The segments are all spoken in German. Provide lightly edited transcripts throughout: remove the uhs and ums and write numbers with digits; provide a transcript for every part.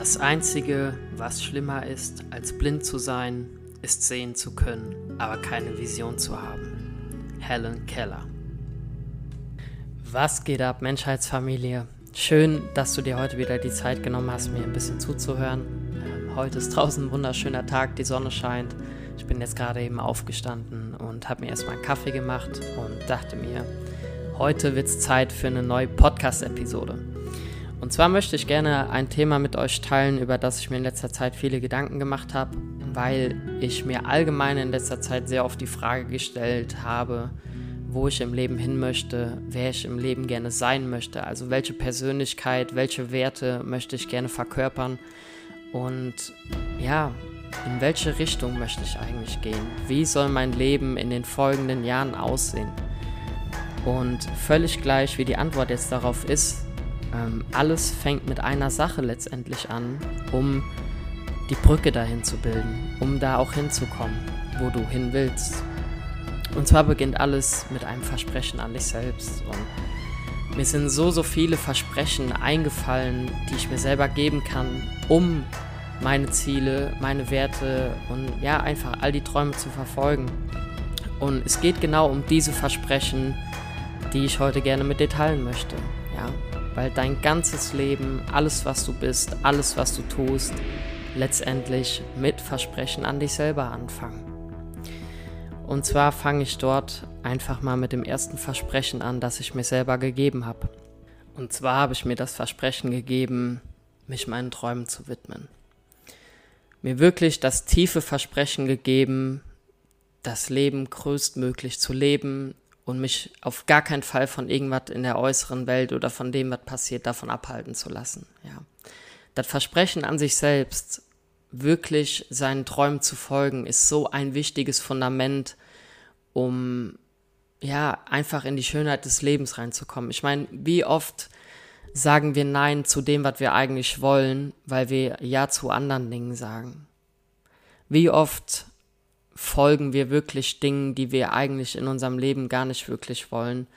Das Einzige, was schlimmer ist, als blind zu sein, ist sehen zu können, aber keine Vision zu haben. Helen Keller. Was geht ab, Menschheitsfamilie? Schön, dass du dir heute wieder die Zeit genommen hast, mir ein bisschen zuzuhören. Heute ist draußen ein wunderschöner Tag, die Sonne scheint. Ich bin jetzt gerade eben aufgestanden und habe mir erstmal einen Kaffee gemacht und dachte mir, heute wird es Zeit für eine neue Podcast-Episode. Und zwar möchte ich gerne ein Thema mit euch teilen, über das ich mir in letzter Zeit viele Gedanken gemacht habe, weil ich mir allgemein in letzter Zeit sehr oft die Frage gestellt habe, wo ich im Leben hin möchte, wer ich im Leben gerne sein möchte, also welche Persönlichkeit, welche Werte möchte ich gerne verkörpern und ja, in welche Richtung möchte ich eigentlich gehen? Wie soll mein Leben in den folgenden Jahren aussehen? Und völlig gleich, wie die Antwort jetzt darauf ist, alles fängt mit einer Sache letztendlich an, um die Brücke dahin zu bilden, um da auch hinzukommen, wo du hin willst. Und zwar beginnt alles mit einem Versprechen an dich selbst. Und mir sind so viele Versprechen eingefallen, die ich mir selber geben kann, um meine Ziele, meine Werte und ja, einfach all die Träume zu verfolgen. Und es geht genau um diese Versprechen, die ich heute gerne mit dir teilen möchte. Ja, weil dein ganzes Leben, alles was du bist, alles was du tust, letztendlich mit Versprechen an dich selber anfangen. Und zwar fange ich dort einfach mal mit dem ersten Versprechen an, das ich mir selber gegeben habe. Und zwar habe ich mir das Versprechen gegeben, mich meinen Träumen zu widmen. Mir wirklich das tiefe Versprechen gegeben, das Leben größtmöglich zu leben und mich auf gar keinen Fall von irgendwas in der äußeren Welt oder von dem, was passiert, davon abhalten zu lassen. Ja. Das Versprechen an sich selbst, wirklich seinen Träumen zu folgen, ist so ein wichtiges Fundament, um ja einfach in die Schönheit des Lebens reinzukommen. Ich meine, wie oft sagen wir Nein zu dem, was wir eigentlich wollen, weil wir Ja zu anderen Dingen sagen? Wie oft folgen wir wirklich Dingen, die wir eigentlich in unserem Leben gar nicht wirklich wollen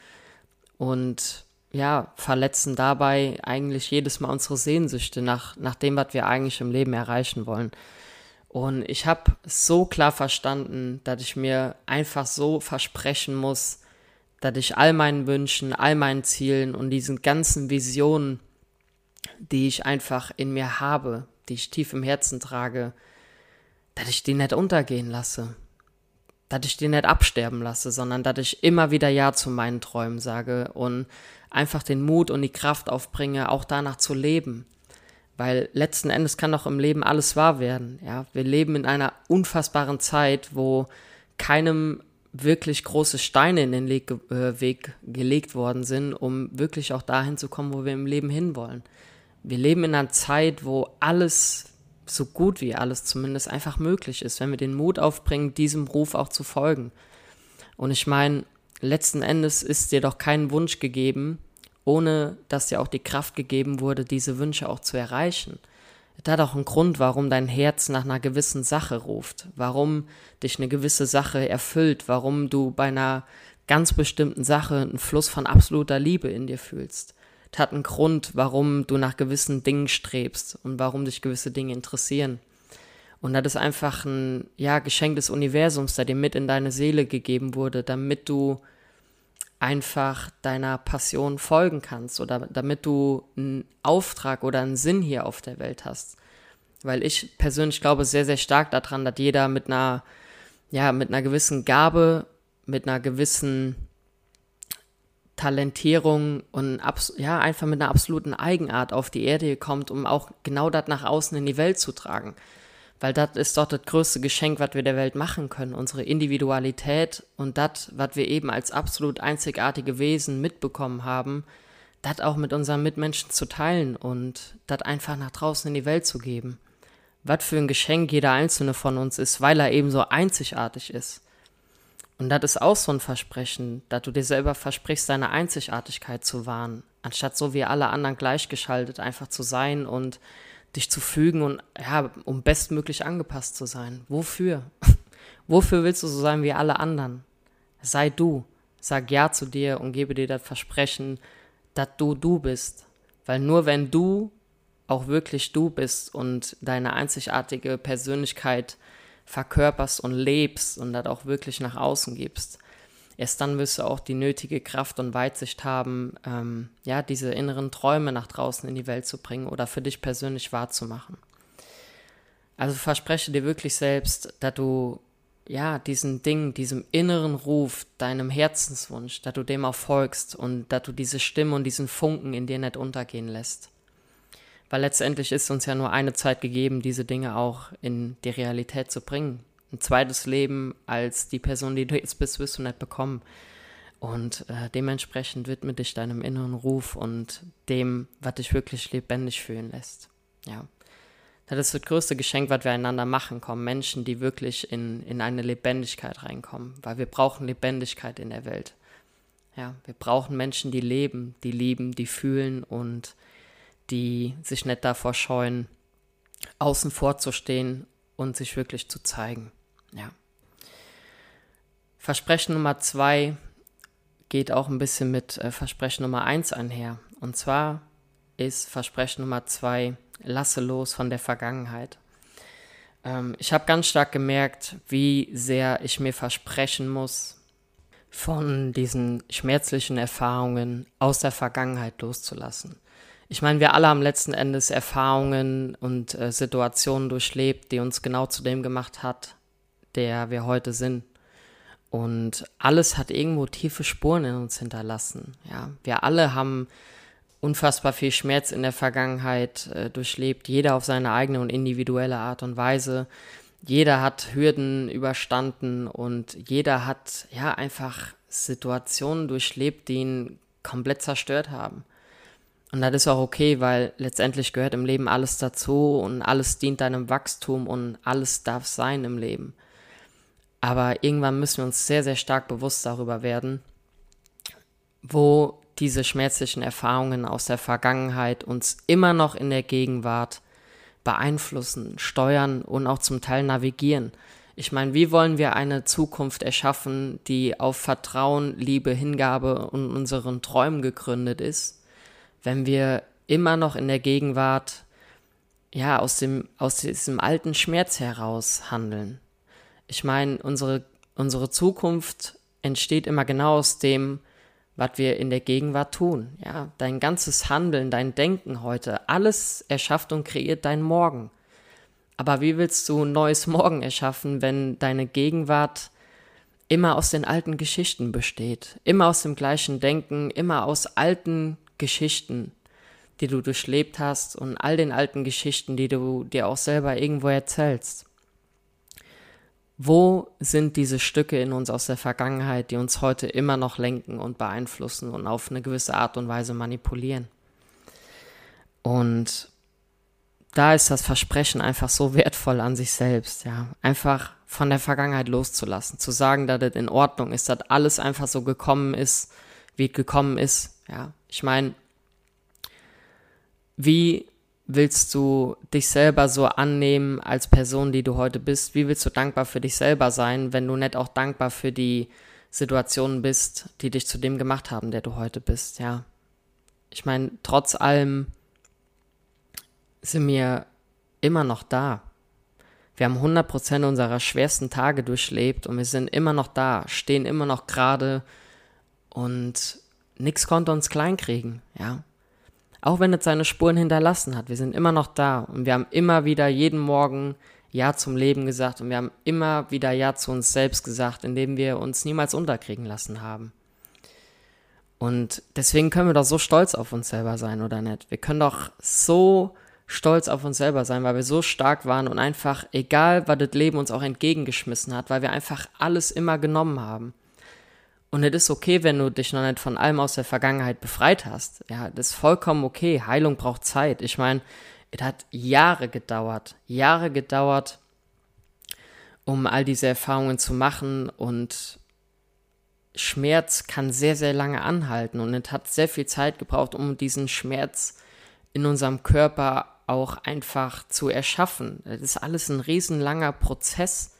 und ja, verletzen dabei eigentlich jedes Mal unsere Sehnsüchte nach dem, was wir eigentlich im Leben erreichen wollen. Und ich habe so klar verstanden, dass ich mir einfach so versprechen muss, dass ich all meinen Wünschen, all meinen Zielen und diesen ganzen Visionen, die ich einfach in mir habe, die ich tief im Herzen trage, dass ich die nicht untergehen lasse, dass ich die nicht absterben lasse, sondern dass ich immer wieder Ja zu meinen Träumen sage und einfach den Mut und die Kraft aufbringe, auch danach zu leben. Weil letzten Endes kann doch im Leben alles wahr werden. Ja? Wir leben in einer unfassbaren Zeit, wo keinem wirklich große Steine in den Weg gelegt worden sind, um wirklich auch dahin zu kommen, wo wir im Leben hinwollen. Wir leben in einer Zeit, wo alles, so gut wie alles zumindest, einfach möglich ist, wenn wir den Mut aufbringen, diesem Ruf auch zu folgen. Und ich meine, letzten Endes ist dir doch kein Wunsch gegeben, ohne dass dir auch die Kraft gegeben wurde, diese Wünsche auch zu erreichen. Da hat auch einen Grund, warum dein Herz nach einer gewissen Sache ruft, warum dich eine gewisse Sache erfüllt, warum du bei einer ganz bestimmten Sache einen Fluss von absoluter Liebe in dir fühlst. Das hat einen Grund, warum du nach gewissen Dingen strebst und warum dich gewisse Dinge interessieren. Und das ist einfach ein Geschenk des Universums, der dir mit in deine Seele gegeben wurde, damit du einfach deiner Passion folgen kannst oder damit du einen Auftrag oder einen Sinn hier auf der Welt hast. Weil ich persönlich glaube sehr, sehr stark daran, dass jeder mit einer gewissen Gabe, mit einer gewissen Talentierung und einfach mit einer absoluten Eigenart auf die Erde kommt, um auch genau das nach außen in die Welt zu tragen. Weil das ist doch das größte Geschenk, was wir der Welt machen können, unsere Individualität und das, was wir eben als absolut einzigartige Wesen mitbekommen haben, das auch mit unseren Mitmenschen zu teilen und das einfach nach draußen in die Welt zu geben. Was für ein Geschenk jeder einzelne von uns ist, weil er eben so einzigartig ist. Und das ist auch so ein Versprechen, dass du dir selber versprichst, deine Einzigartigkeit zu wahren, anstatt so wie alle anderen gleichgeschaltet einfach zu sein und dich zu fügen und um bestmöglich angepasst zu sein. Wofür? Wofür willst du so sein wie alle anderen? Sei du. Sag Ja zu dir und gebe dir das Versprechen, dass du bist. Weil nur wenn du auch wirklich du bist und deine einzigartige Persönlichkeit verkörperst und lebst und das auch wirklich nach außen gibst, erst dann wirst du auch die nötige Kraft und Weitsicht haben, diese inneren Träume nach draußen in die Welt zu bringen oder für dich persönlich wahrzumachen. Also verspreche dir wirklich selbst, dass du diesem inneren Ruf, deinem Herzenswunsch, dass du dem auch folgst und dass du diese Stimme und diesen Funken in dir nicht untergehen lässt. Weil letztendlich ist uns ja nur eine Zeit gegeben, diese Dinge auch in die Realität zu bringen. Ein zweites Leben als die Person, die du jetzt bist, wirst du nicht bekommen. Und dementsprechend widme dich deinem inneren Ruf und dem, was dich wirklich lebendig fühlen lässt. Ja. Das ist das größte Geschenk, was wir einander machen, kommen Menschen, die wirklich in eine Lebendigkeit reinkommen, weil wir brauchen Lebendigkeit in der Welt. Ja, wir brauchen Menschen, die leben, die lieben, die fühlen und die sich nicht davor scheuen, außen vor zu stehen und sich wirklich zu zeigen. Ja. Versprechen Nummer 2 geht auch ein bisschen mit Versprechen Nummer 1 einher. Und zwar ist Versprechen Nummer 2, lasse los von der Vergangenheit. Ich habe ganz stark gemerkt, wie sehr ich mir versprechen muss, von diesen schmerzlichen Erfahrungen aus der Vergangenheit loszulassen. Ich meine, wir alle haben letzten Endes Erfahrungen und Situationen durchlebt, die uns genau zu dem gemacht hat, der wir heute sind. Und alles hat irgendwo tiefe Spuren in uns hinterlassen. Ja, wir alle haben unfassbar viel Schmerz in der Vergangenheit durchlebt, jeder auf seine eigene und individuelle Art und Weise. Jeder hat Hürden überstanden und jeder hat einfach Situationen durchlebt, die ihn komplett zerstört haben. Und das ist auch okay, weil letztendlich gehört im Leben alles dazu und alles dient deinem Wachstum und alles darf sein im Leben. Aber irgendwann müssen wir uns sehr, sehr stark bewusst darüber werden, wo diese schmerzlichen Erfahrungen aus der Vergangenheit uns immer noch in der Gegenwart beeinflussen, steuern und auch zum Teil navigieren. Ich meine, wie wollen wir eine Zukunft erschaffen, die auf Vertrauen, Liebe, Hingabe und unseren Träumen gegründet ist, wenn wir immer noch in der Gegenwart aus diesem alten Schmerz heraus handeln? Ich meine, unsere Zukunft entsteht immer genau aus dem, was wir in der Gegenwart tun. Ja, dein ganzes Handeln, dein Denken heute, alles erschafft und kreiert dein Morgen. Aber wie willst du ein neues Morgen erschaffen, wenn deine Gegenwart immer aus den alten Geschichten besteht? Immer aus dem gleichen Denken, immer aus alten Geschichten, die du durchlebt hast und all den alten Geschichten, die du dir auch selber irgendwo erzählst. Wo sind diese Stücke in uns aus der Vergangenheit, die uns heute immer noch lenken und beeinflussen und auf eine gewisse Art und Weise manipulieren? Und da ist das Versprechen einfach so wertvoll an sich selbst, ja, einfach von der Vergangenheit loszulassen, zu sagen, dass das in Ordnung ist, dass alles einfach so gekommen ist, wie es gekommen ist, ja. Ich meine, wie willst du dich selber so annehmen als Person, die du heute bist? Wie willst du dankbar für dich selber sein, wenn du nicht auch dankbar für die Situationen bist, die dich zu dem gemacht haben, der du heute bist, ja? Ich meine, trotz allem sind wir immer noch da. Wir haben 100% unserer schwersten Tage durchlebt und wir sind immer noch da, stehen immer noch gerade und nichts konnte uns kleinkriegen, ja? Auch wenn es seine Spuren hinterlassen hat, wir sind immer noch da und wir haben immer wieder jeden Morgen Ja zum Leben gesagt und wir haben immer wieder Ja zu uns selbst gesagt, indem wir uns niemals unterkriegen lassen haben. Und deswegen können wir doch so stolz auf uns selber sein, oder nicht? Wir können doch so stolz auf uns selber sein, weil wir so stark waren und einfach, egal was das Leben uns auch entgegengeschmissen hat, weil wir einfach alles immer genommen haben. Und es ist okay, wenn du dich noch nicht von allem aus der Vergangenheit befreit hast. Ja, das ist vollkommen okay. Heilung braucht Zeit. Ich meine, es hat Jahre gedauert, um all diese Erfahrungen zu machen. Und Schmerz kann sehr, sehr lange anhalten. Und es hat sehr viel Zeit gebraucht, um diesen Schmerz in unserem Körper auch einfach zu erschaffen. Das ist alles ein riesenlanger Prozess.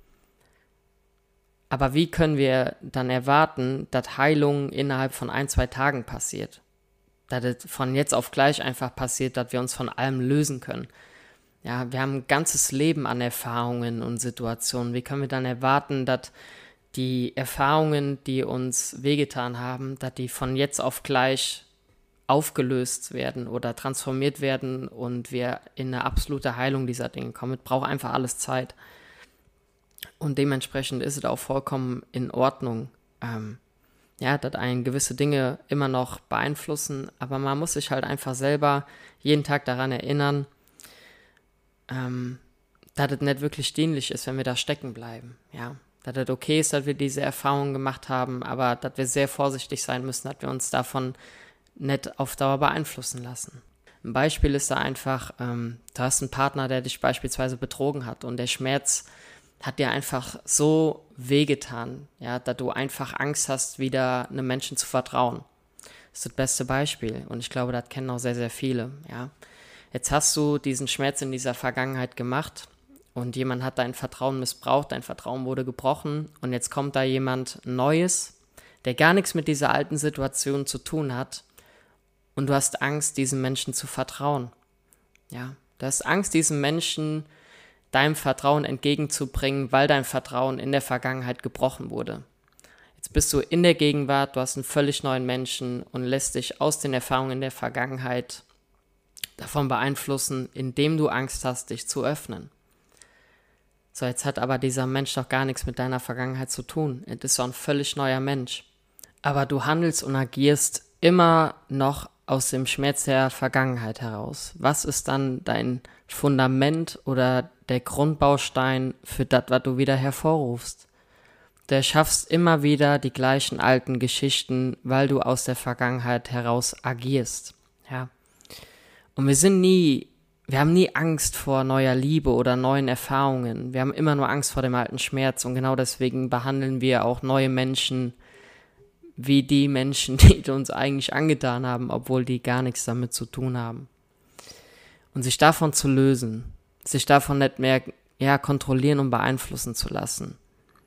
Aber wie können wir dann erwarten, dass Heilung innerhalb von 1-2 Tagen passiert? dass es von jetzt auf gleich einfach passiert, dass wir uns von allem lösen können. Ja, wir haben ein ganzes Leben an Erfahrungen und Situationen. Wie können wir dann erwarten, dass die Erfahrungen, die uns wehgetan haben, dass die von jetzt auf gleich aufgelöst werden oder transformiert werden und wir in eine absolute Heilung dieser Dinge kommen? Es braucht einfach alles Zeit. Und dementsprechend ist es auch vollkommen in Ordnung, dass einen gewisse Dinge immer noch beeinflussen, aber man muss sich halt einfach selber jeden Tag daran erinnern, dass es nicht wirklich dienlich ist, wenn wir da stecken bleiben, ja. Dass es okay ist, dass wir diese Erfahrungen gemacht haben, aber dass wir sehr vorsichtig sein müssen, dass wir uns davon nicht auf Dauer beeinflussen lassen. Ein Beispiel ist da einfach, du hast einen Partner, der dich beispielsweise betrogen hat und der Schmerz hat dir einfach so wehgetan, ja, dass du einfach Angst hast, wieder einem Menschen zu vertrauen. Das ist das beste Beispiel und ich glaube, das kennen auch sehr, sehr viele, ja. Jetzt hast du diesen Schmerz in dieser Vergangenheit gemacht und jemand hat dein Vertrauen missbraucht, dein Vertrauen wurde gebrochen und jetzt kommt da jemand Neues, der gar nichts mit dieser alten Situation zu tun hat und du hast Angst, diesem Menschen zu vertrauen. Ja, du hast Angst, diesem Menschen deinem Vertrauen entgegenzubringen, weil dein Vertrauen in der Vergangenheit gebrochen wurde. Jetzt bist du in der Gegenwart, du hast einen völlig neuen Menschen und lässt dich aus den Erfahrungen der Vergangenheit davon beeinflussen, indem du Angst hast, dich zu öffnen. So, jetzt hat aber dieser Mensch doch gar nichts mit deiner Vergangenheit zu tun. Es ist so ein völlig neuer Mensch. Aber du handelst und agierst immer noch aus dem Schmerz der Vergangenheit heraus. Was ist dann dein Fundament oder der Grundbaustein für das, was du wieder hervorrufst? Du erschaffst immer wieder die gleichen alten Geschichten, weil du aus der Vergangenheit heraus agierst. Ja. Und wir haben nie Angst vor neuer Liebe oder neuen Erfahrungen. Wir haben immer nur Angst vor dem alten Schmerz und genau deswegen behandeln wir auch neue Menschen wie die Menschen, die uns eigentlich angetan haben, obwohl die gar nichts damit zu tun haben. Und sich davon zu lösen, sich davon nicht mehr kontrollieren und beeinflussen zu lassen,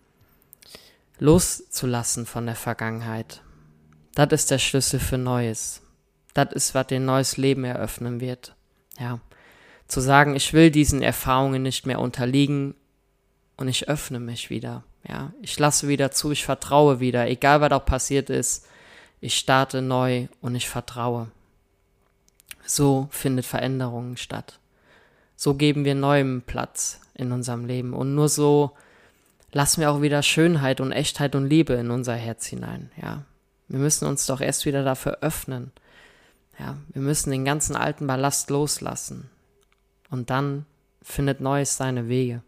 loszulassen von der Vergangenheit, das ist der Schlüssel für Neues. Das ist, was dir ein neues Leben eröffnen wird. Ja. Zu sagen, ich will diesen Erfahrungen nicht mehr unterliegen und ich öffne mich wieder. Ja. Ich lasse wieder zu, ich vertraue wieder, egal was auch passiert ist. Ich starte neu und ich vertraue. So findet Veränderung statt. So geben wir neuem Platz in unserem Leben und nur so lassen wir auch wieder Schönheit und Echtheit und Liebe in unser Herz hinein. Ja. Wir müssen uns doch erst wieder dafür öffnen. Ja, wir müssen den ganzen alten Ballast loslassen und dann findet Neues seine Wege.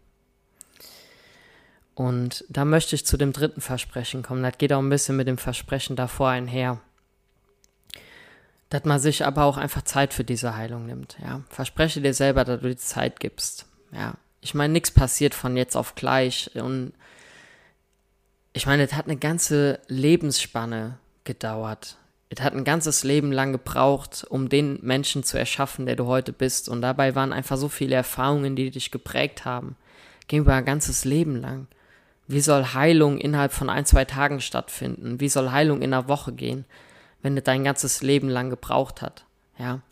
Und da möchte ich zu dem dritten Versprechen kommen. Das geht auch ein bisschen mit dem Versprechen davor einher. Dass man sich aber auch einfach Zeit für diese Heilung nimmt. Ja. Verspreche dir selber, dass du die Zeit gibst. Ja. Ich meine, nichts passiert von jetzt auf gleich. Und ich meine, es hat eine ganze Lebensspanne gedauert. Es hat ein ganzes Leben lang gebraucht, um den Menschen zu erschaffen, der du heute bist. Und dabei waren einfach so viele Erfahrungen, die dich geprägt haben. Ging über ein ganzes Leben lang. Wie soll Heilung innerhalb von 1-2 Tagen stattfinden? Wie soll Heilung in einer Woche gehen, wenn es dein ganzes Leben lang gebraucht hat? Ja.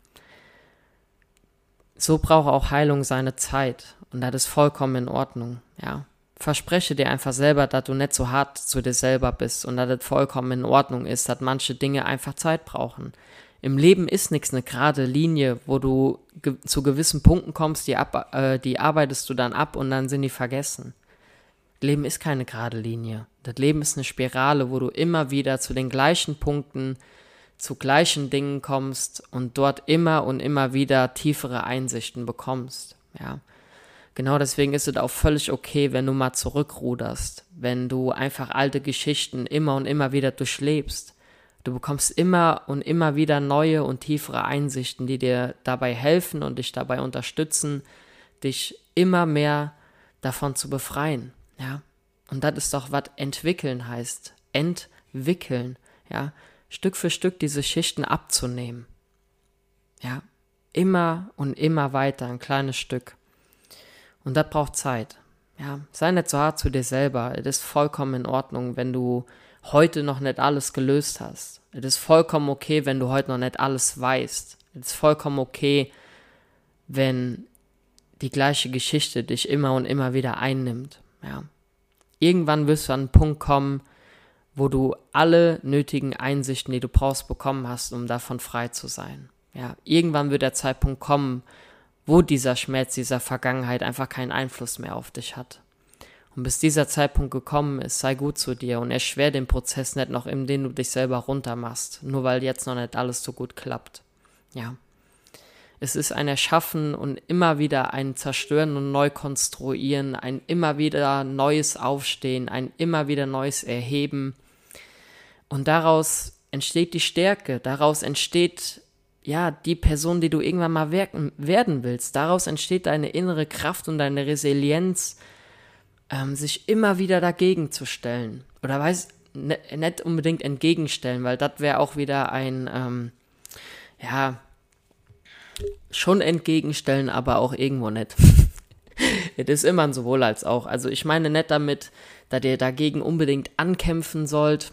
So braucht auch Heilung seine Zeit. Und das ist vollkommen in Ordnung. Ja. Verspreche dir einfach selber, dass du nicht so hart zu dir selber bist und dass es vollkommen in Ordnung ist, dass manche Dinge einfach Zeit brauchen. Im Leben ist nichts eine gerade Linie, wo du zu gewissen Punkten kommst, die arbeitest du dann ab und dann sind die vergessen. Leben ist keine gerade Linie. Das Leben ist eine Spirale, wo du immer wieder zu den gleichen Punkten, zu gleichen Dingen kommst und dort immer und immer wieder tiefere Einsichten bekommst. Ja. Genau deswegen ist es auch völlig okay, wenn du mal zurückruderst, wenn du einfach alte Geschichten immer und immer wieder durchlebst. Du bekommst immer und immer wieder neue und tiefere Einsichten, die dir dabei helfen und dich dabei unterstützen, dich immer mehr davon zu befreien. Ja? Und das ist doch, was entwickeln heißt. Entwickeln. Ja? Stück für Stück diese Schichten abzunehmen. Ja? Immer und immer weiter, ein kleines Stück. Und das braucht Zeit. Ja, sei nicht so hart zu dir selber. Es ist vollkommen in Ordnung, wenn du heute noch nicht alles gelöst hast. Es ist vollkommen okay, wenn du heute noch nicht alles weißt. Es ist vollkommen okay, wenn die gleiche Geschichte dich immer und immer wieder einnimmt. Ja. Irgendwann wirst du an einen Punkt kommen, wo du alle nötigen Einsichten, die du brauchst, bekommen hast, um davon frei zu sein. Ja. Irgendwann wird der Zeitpunkt kommen, wo dieser Schmerz dieser Vergangenheit einfach keinen Einfluss mehr auf dich hat. Und bis dieser Zeitpunkt gekommen ist, sei gut zu dir und erschwer den Prozess nicht noch, indem du dich selber runtermachst, nur weil jetzt noch nicht alles so gut klappt. Ja. Es ist ein Erschaffen und immer wieder ein Zerstören und Neukonstruieren, ein immer wieder neues Aufstehen, ein immer wieder neues Erheben. Und daraus entsteht die Stärke, daraus entsteht ja die Person, die du irgendwann mal werden willst. Daraus entsteht deine innere Kraft und deine Resilienz, sich immer wieder dagegen zu stellen. Oder nicht unbedingt entgegenstellen, weil das wäre auch wieder ein, schon entgegenstellen, aber auch irgendwo nicht. Es ist immer ein sowohl als auch. Also ich meine nicht damit, dass ihr dagegen unbedingt ankämpfen sollt,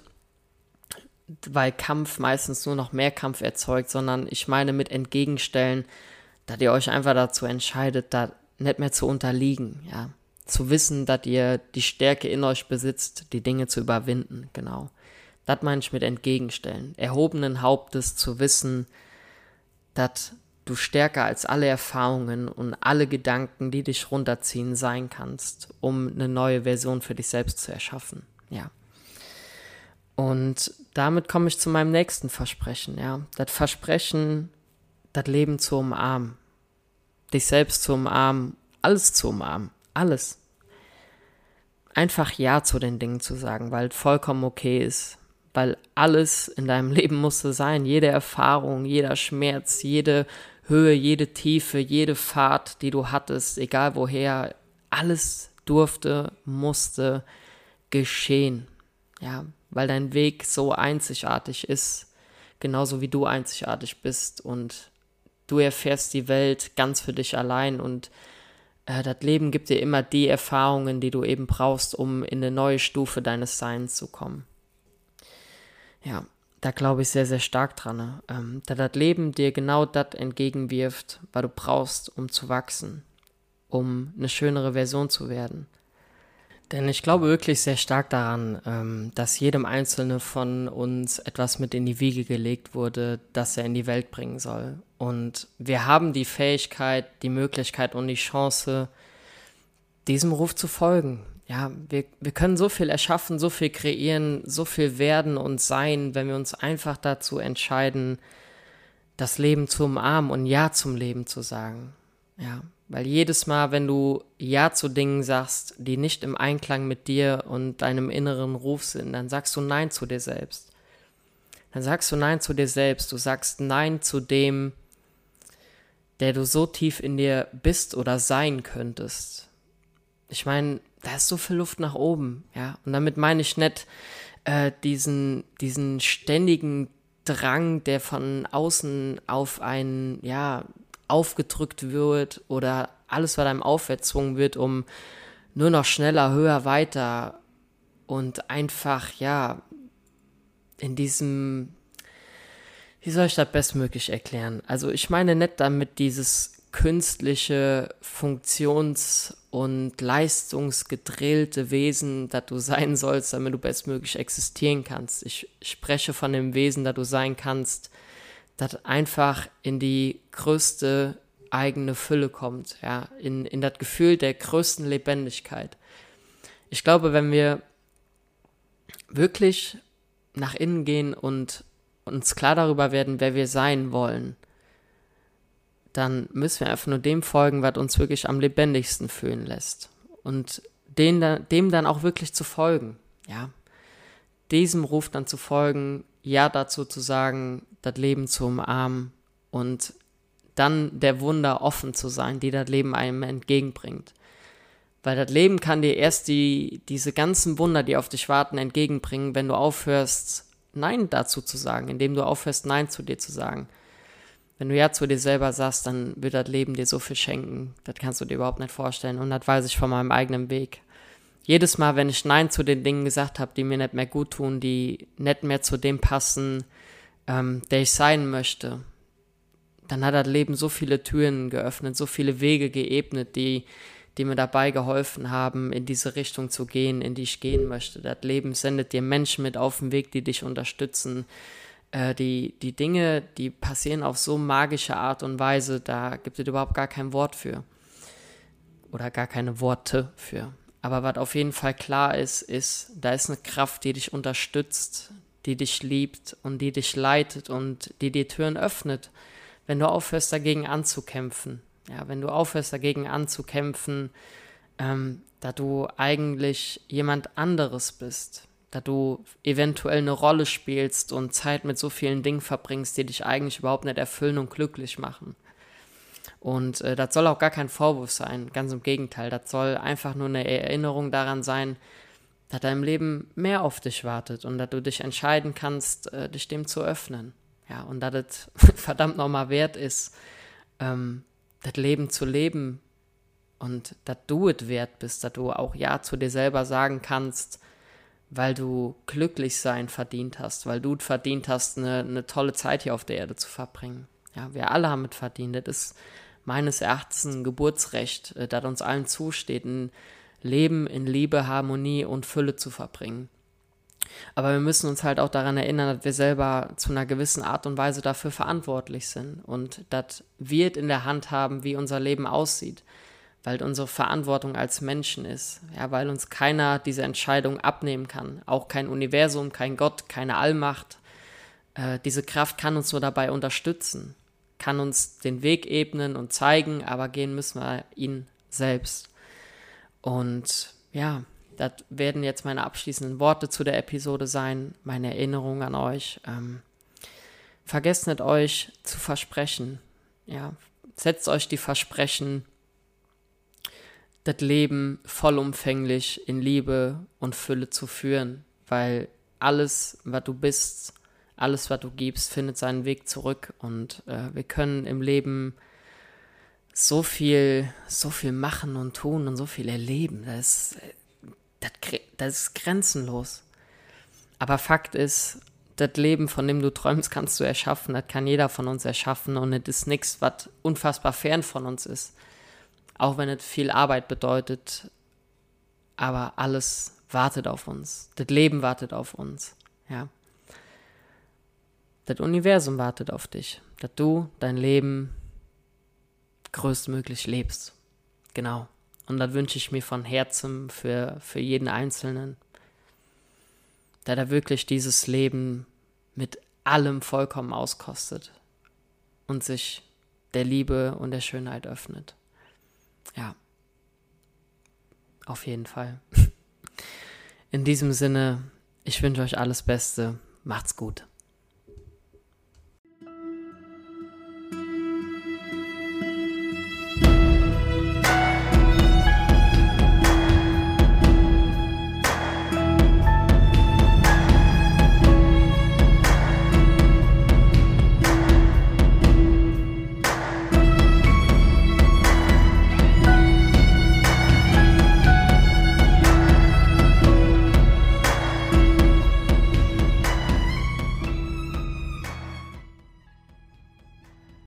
weil Kampf meistens nur noch mehr Kampf erzeugt, sondern ich meine mit entgegenstellen, dass ihr euch einfach dazu entscheidet, da nicht mehr zu unterliegen, ja. Zu wissen, dass ihr die Stärke in euch besitzt, die Dinge zu überwinden, genau. Das meine ich mit entgegenstellen. Erhobenen Hauptes zu wissen, dass du stärker als alle Erfahrungen und alle Gedanken, die dich runterziehen, sein kannst, um eine neue Version für dich selbst zu erschaffen, ja. Und damit komme ich zu meinem nächsten Versprechen, ja. Das Versprechen, das Leben zu umarmen, dich selbst zu umarmen, alles zu umarmen, alles. Einfach Ja zu den Dingen zu sagen, weil es vollkommen okay ist, weil alles in deinem Leben musste sein, jede Erfahrung, jeder Schmerz, jede Höhe, jede Tiefe, jede Fahrt, die du hattest, egal woher, alles durfte, musste geschehen, ja, weil dein Weg so einzigartig ist, genauso wie du einzigartig bist und du erfährst die Welt ganz für dich allein und das Leben gibt dir immer die Erfahrungen, die du eben brauchst, um in eine neue Stufe deines Seins zu kommen. Ja, da glaube ich sehr, sehr stark dran, da das Leben dir genau das entgegenwirft, was du brauchst, um zu wachsen, um eine schönere Version zu werden. Denn ich glaube wirklich sehr stark daran, dass jedem Einzelnen von uns etwas mit in die Wiege gelegt wurde, das er in die Welt bringen soll. Und wir haben die Fähigkeit, die Möglichkeit und die Chance, diesem Ruf zu folgen. Ja, wir können so viel erschaffen, so viel kreieren, so viel werden und sein, wenn wir uns einfach dazu entscheiden, das Leben zu umarmen und Ja zum Leben zu sagen. Ja, weil jedes Mal, wenn du Ja zu Dingen sagst, die nicht im Einklang mit dir und deinem inneren Ruf sind, dann sagst du Nein zu dir selbst. Dann sagst du Nein zu dir selbst. Du sagst Nein zu dem, der du so tief in dir bist oder sein könntest. Ich meine, da ist so viel Luft nach oben, ja. Und damit meine ich nicht diesen ständigen Drang, der von außen auf einen, ja, aufgedrückt wird oder alles, was einem auferzwungen wird, um nur noch schneller, höher, weiter und einfach, ja, in diesem, wie soll ich das bestmöglich erklären? Also ich meine nicht damit dieses künstliche Funktions- und leistungsgedrillte Wesen, das du sein sollst, damit du bestmöglich existieren kannst. Ich spreche von dem Wesen, das du sein kannst, das einfach in die größte eigene Fülle kommt, ja, in das Gefühl der größten Lebendigkeit. Ich glaube, wenn wir wirklich nach innen gehen und uns klar darüber werden, wer wir sein wollen, dann müssen wir einfach nur dem folgen, was uns wirklich am lebendigsten fühlen lässt. Und dem dann auch wirklich zu folgen, ja. Diesem Ruf dann zu folgen, Ja dazu zu sagen, das Leben zu umarmen und dann der Wunder offen zu sein, die das Leben einem entgegenbringt. Weil das Leben kann dir erst diese ganzen Wunder, die auf dich warten, entgegenbringen, wenn du aufhörst, Nein dazu zu sagen, indem du aufhörst, Nein zu dir zu sagen. Wenn du Ja zu dir selber sagst, dann wird das Leben dir so viel schenken, das kannst du dir überhaupt nicht vorstellen und das weiß ich von meinem eigenen Weg. Jedes Mal, wenn ich Nein zu den Dingen gesagt habe, die mir nicht mehr gut tun, die nicht mehr zu dem passen, der ich sein möchte, dann hat das Leben so viele Türen geöffnet, so viele Wege geebnet, die mir dabei geholfen haben, in diese Richtung zu gehen, in die ich gehen möchte. Das Leben sendet dir Menschen mit auf den Weg, die dich unterstützen. Die Dinge, die passieren auf so magische Art und Weise, da gibt es überhaupt gar kein Wort für. Oder gar keine Worte für. Aber was auf jeden Fall klar ist, da ist eine Kraft, die dich unterstützt, die dich liebt und die dich leitet und die dir Türen öffnet, wenn du aufhörst, dagegen anzukämpfen. Ja, wenn du aufhörst, dagegen anzukämpfen, da du eigentlich jemand anderes bist, da du eventuell eine Rolle spielst und Zeit mit so vielen Dingen verbringst, die dich eigentlich überhaupt nicht erfüllen und glücklich machen. Und das soll auch gar kein Vorwurf sein, ganz im Gegenteil. Das soll einfach nur eine Erinnerung daran sein, dass dein Leben mehr auf dich wartet und dass du dich entscheiden kannst, dich dem zu öffnen. Ja, und dass es verdammt nochmal wert ist, das Leben zu leben und dass du es wert bist, dass du auch Ja zu dir selber sagen kannst, weil du glücklich sein verdient hast, weil du es verdient hast, eine tolle Zeit hier auf der Erde zu verbringen. Ja, wir alle haben es verdient. Das ist meines Erachtens ein Geburtsrecht, das uns allen zusteht, ein Leben in Liebe, Harmonie und Fülle zu verbringen. Aber wir müssen uns halt auch daran erinnern, dass wir selber zu einer gewissen Art und Weise dafür verantwortlich sind und dass wir es in der Hand haben, wie unser Leben aussieht, weil unsere Verantwortung als Menschen ist, ja, weil uns keiner diese Entscheidung abnehmen kann, auch kein Universum, kein Gott, keine Allmacht. Diese Kraft kann uns nur dabei unterstützen, kann uns den Weg ebnen und zeigen, aber gehen müssen wir ihn selbst. Und ja, das werden jetzt meine abschließenden Worte zu der Episode sein, meine Erinnerung an euch. Vergesst nicht, euch zu versprechen. Ja, setzt euch die Versprechen, das Leben vollumfänglich in Liebe und Fülle zu führen, weil alles, was du bist, alles, was du gibst, findet seinen Weg zurück und wir können im Leben so viel machen und tun und so viel erleben. Das ist grenzenlos. Aber Fakt ist, das Leben, von dem du träumst, kannst du erschaffen. Das kann jeder von uns erschaffen und es ist nichts, was unfassbar fern von uns ist. Auch wenn es viel Arbeit bedeutet, aber alles wartet auf uns. Das Leben wartet auf uns. Ja. Das Universum wartet auf dich, dass du dein Leben größtmöglich lebst. Genau. Und das wünsche ich mir von Herzen für jeden Einzelnen, der da wirklich dieses Leben mit allem vollkommen auskostet und sich der Liebe und der Schönheit öffnet. Ja, auf jeden Fall. In diesem Sinne, ich wünsche euch alles Beste. Macht's gut.